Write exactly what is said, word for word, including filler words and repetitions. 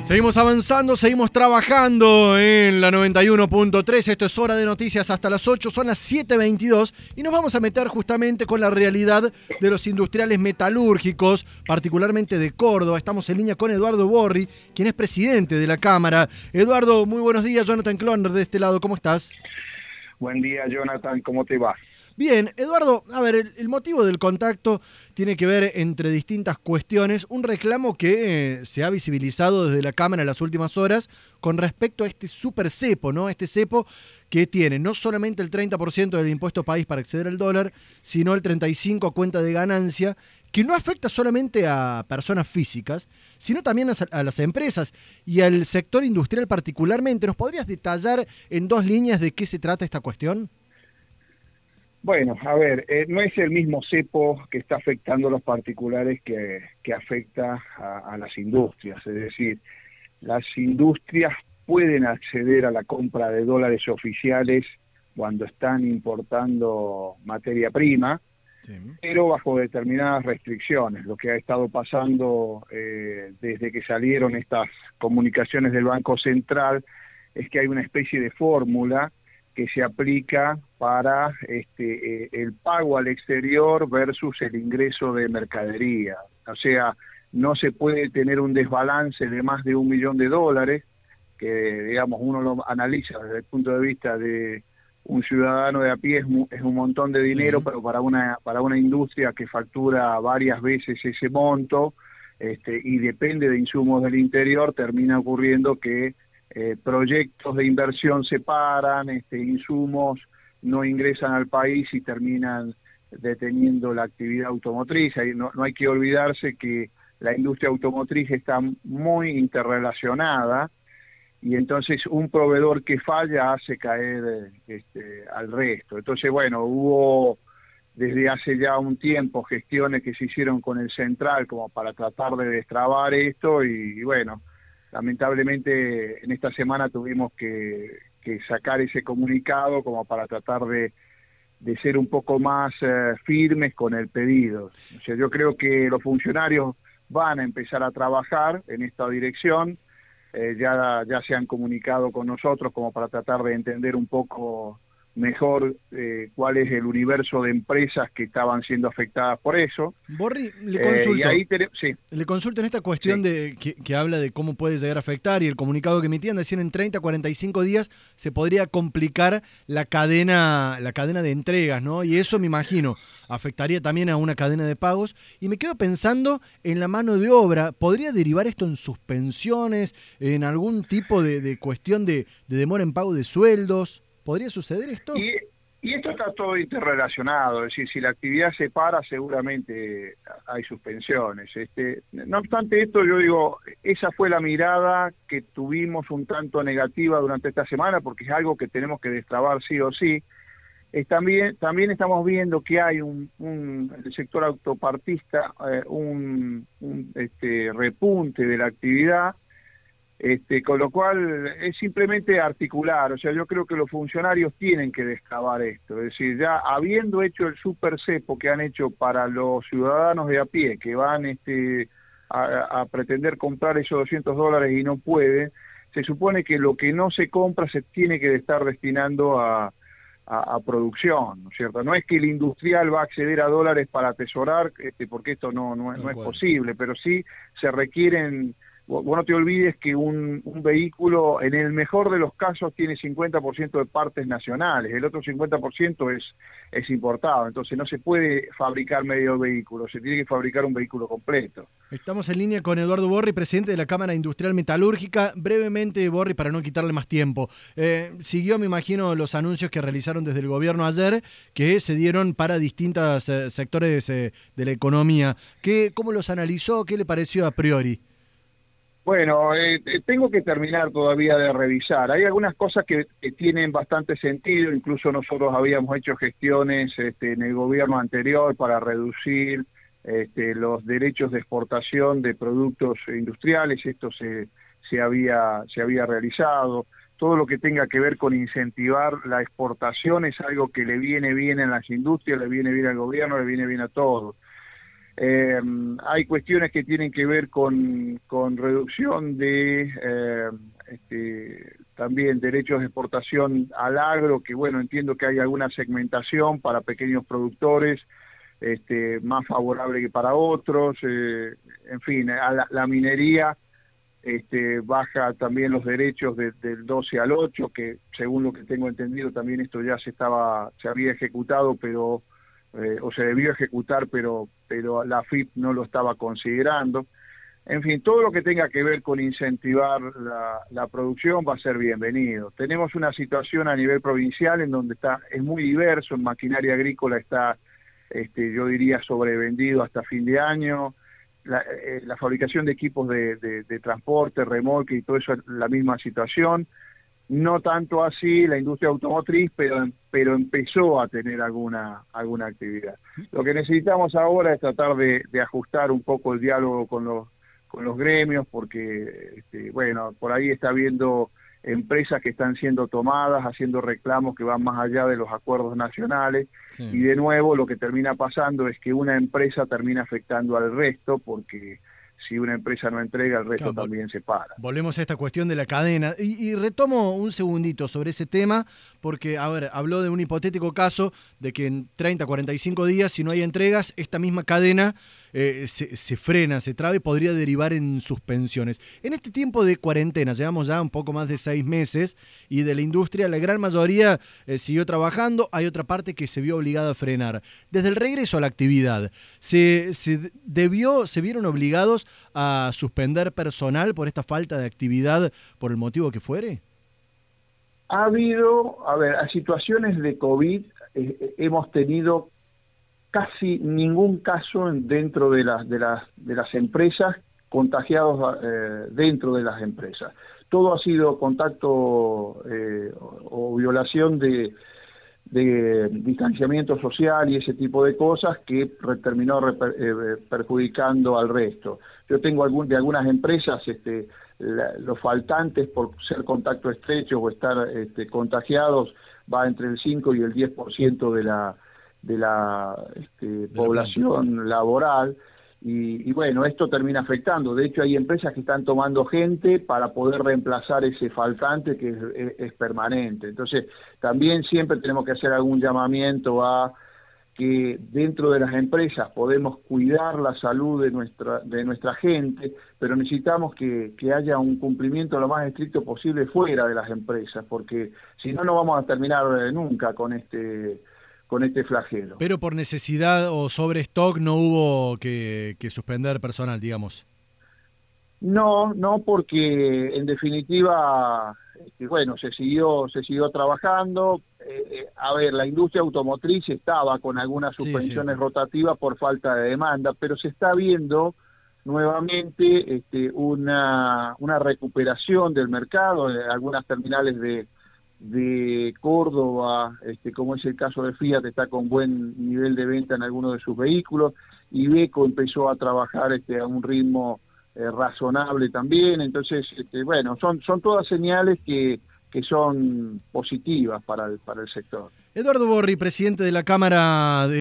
Seguimos avanzando, seguimos trabajando en la noventa y uno punto tres. Esto es Hora de Noticias hasta las ocho, son las siete veintidós y nos vamos a meter justamente con la realidad de los industriales metalúrgicos, particularmente de Córdoba. Estamos en línea con Eduardo Borri, quien es presidente de la Cámara. Eduardo, muy buenos días. Jonathan Cloner de este lado, ¿cómo estás? Buen día, Jonathan, ¿cómo te va? Bien, Eduardo, a ver, el, el motivo del contacto tiene que ver entre distintas cuestiones, un reclamo que eh, se ha visibilizado desde la Cámara en las últimas horas con respecto a este super cepo, ¿no? Este cepo que tiene no solamente el treinta por ciento del impuesto país para acceder al dólar, sino el treinta y cinco por ciento a cuenta de ganancia, que no afecta solamente a personas físicas, sino también a, a las empresas y al sector industrial particularmente. ¿Nos podrías detallar en dos líneas de qué se trata esta cuestión? Bueno, a ver, eh, no es el mismo cepo que está afectando a los particulares que, que afecta a, a las industrias. Es decir, las industrias pueden acceder a la compra de dólares oficiales cuando están importando materia prima, sí, pero bajo determinadas restricciones. Lo que ha estado pasando eh, desde que salieron estas comunicaciones del Banco Central es que hay una especie de fórmula que se aplica para este, eh, el pago al exterior versus el ingreso de mercadería. O sea, no se puede tener un desbalance de más de un millón de dólares, que digamos uno lo analiza desde el punto de vista de un ciudadano de a pie, es, mu es un montón de dinero, sí, pero para una, para una industria que factura varias veces ese monto este, y depende de insumos del interior, termina ocurriendo que Eh, proyectos de inversión se paran, este, insumos no ingresan al país y terminan deteniendo la actividad automotriz. Y no, no hay que olvidarse que la industria automotriz está muy interrelacionada y entonces un proveedor que falla hace caer este, al resto. Entonces, bueno, hubo desde hace ya un tiempo gestiones que se hicieron con el Central como para tratar de destrabar esto y, y bueno, lamentablemente en esta semana tuvimos que, que sacar ese comunicado como para tratar de, de ser un poco más eh, firmes con el pedido. O sea, yo creo que los funcionarios van a empezar a trabajar en esta dirección, eh, ya, ya se han comunicado con nosotros como para tratar de entender un poco mejor eh, cuál es el universo de empresas que estaban siendo afectadas por eso. Borri, le consulto, eh, y ahí tenemos, sí. le consulto en esta cuestión sí. de que, que habla de cómo puede llegar a afectar y el comunicado que emitían decían en treinta a cuarenta y cinco días se podría complicar la cadena, la cadena de entregas, ¿no? Y eso me imagino afectaría también a una cadena de pagos y me quedo pensando en la mano de obra. ¿Podría derivar esto en suspensiones, en algún tipo de, de cuestión de, de demora en pago de sueldos? ¿Podría suceder esto? Y, y esto está todo interrelacionado, es decir, si la actividad se para seguramente hay suspensiones. Este, no obstante esto, yo digo, esa fue la mirada que tuvimos un tanto negativa durante esta semana, porque es algo que tenemos que destrabar sí o sí. Es también, también estamos viendo que hay un, un el sector autopartista, eh, un, un este, repunte de la actividad, Este, con lo cual es simplemente articular. O sea, yo creo que los funcionarios tienen que destrabar esto, es decir, ya habiendo hecho el super cepo que han hecho para los ciudadanos de a pie, que van este, a, a pretender comprar esos doscientos dólares y no pueden, se supone que lo que no se compra se tiene que estar destinando a, a, a producción, ¿no es cierto? No es que el industrial va a acceder a dólares para atesorar, este, porque esto no, no, es, no es posible, pero sí se requieren. Vos no te olvides que un, un vehículo, en el mejor de los casos, tiene cincuenta por ciento de partes nacionales, el otro cincuenta por ciento es, es importado, entonces no se puede fabricar medio vehículo, se tiene que fabricar un vehículo completo. Estamos en línea con Eduardo Borri, presidente de la Cámara Industrial Metalúrgica. Brevemente, Borri, para no quitarle más tiempo, eh, siguió, me imagino, los anuncios que realizaron desde el gobierno ayer, que se dieron para distintos eh, sectores eh, de la economía. ¿Qué, ¿Cómo los analizó? ¿Qué le pareció a priori? Bueno, eh, tengo que terminar todavía de revisar. Hay algunas cosas que, que tienen bastante sentido, incluso nosotros habíamos hecho gestiones este, en el gobierno anterior para reducir este, los derechos de exportación de productos industriales, esto se, se, había, se había realizado. Todo lo que tenga que ver con incentivar la exportación es algo que le viene bien a las industrias, le viene bien al gobierno, le viene bien a todos. Eh, hay cuestiones que tienen que ver con, con reducción de eh, este, también derechos de exportación al agro, que bueno, entiendo que hay alguna segmentación para pequeños productores, este, más favorable que para otros, eh, en fin, a la, la minería este, baja también los derechos de, del doce al ocho, que según lo que tengo entendido también esto ya se estaba, se había ejecutado, pero Eh, o se debió ejecutar, pero pero la F I P no lo estaba considerando. En fin, todo lo que tenga que ver con incentivar la, la producción va a ser bienvenido. Tenemos una situación a nivel provincial en donde está es muy diverso, en maquinaria agrícola está, este, yo diría, sobrevendido hasta fin de año. La, eh, la fabricación de equipos de, de, de transporte, remolque y todo eso es la misma situación. No tanto así la industria automotriz, pero pero empezó a tener alguna alguna actividad. Lo que necesitamos ahora es tratar de, de ajustar un poco el diálogo con los con los gremios, porque este, bueno, por ahí está habiendo empresas que están siendo tomadas, haciendo reclamos que van más allá de los acuerdos nacionales, sí. Y de nuevo lo que termina pasando es que una empresa termina afectando al resto, porque si una empresa no entrega, el resto claro, también se para. Volvemos a esta cuestión de la cadena. Y, y retomo un segundito sobre ese tema, porque, a ver, habló de un hipotético caso de que en treinta, cuarenta y cinco días, si no hay entregas, esta misma cadena eh, se, se frena, se traba y podría derivar en suspensiones. En este tiempo de cuarentena, llevamos ya un poco más de seis meses, y de la industria, la gran mayoría eh, siguió trabajando, hay otra parte que se vio obligada a frenar. Desde el regreso a la actividad, ¿se, se debió, se vieron obligados a suspender personal por esta falta de actividad, por el motivo que fuere? Ha habido, a ver, a situaciones de COVID eh, hemos tenido casi ningún caso dentro de las de las de las empresas contagiados eh, dentro de las empresas. Todo ha sido contacto eh, o, o violación de de distanciamiento social y ese tipo de cosas que terminó reper, eh, perjudicando al resto. Yo tengo algún, de algunas empresas este, la, los faltantes por ser contacto estrecho o estar este, contagiados va entre el cinco y el diez por ciento de la, de la este, de población la laboral. Y, y bueno, esto termina afectando. De hecho, hay empresas que están tomando gente para poder reemplazar ese faltante que es, es, es permanente. Entonces, también siempre tenemos que hacer algún llamamiento a que dentro de las empresas podemos cuidar la salud de nuestra de nuestra gente, pero necesitamos que, que haya un cumplimiento lo más estricto posible fuera de las empresas, porque si no, no vamos a terminar nunca con este... con este flagelo. Pero por necesidad o sobre stock no hubo que, que suspender personal, digamos. No, no, porque en definitiva, este, bueno, se siguió, se siguió trabajando. Eh, a ver, la industria automotriz estaba con algunas suspensiones sí, sí. rotativas por falta de demanda, pero se está viendo nuevamente este, una, una recuperación del mercado. Algunas terminales de de Córdoba, este, como es el caso de Fiat, está con buen nivel de venta en algunos de sus vehículos. Iveco empezó a trabajar este, a un ritmo eh, razonable también. Entonces, este, bueno, son son todas señales que, que son positivas para el, para el sector. Eduardo Borri, presidente de la Cámara de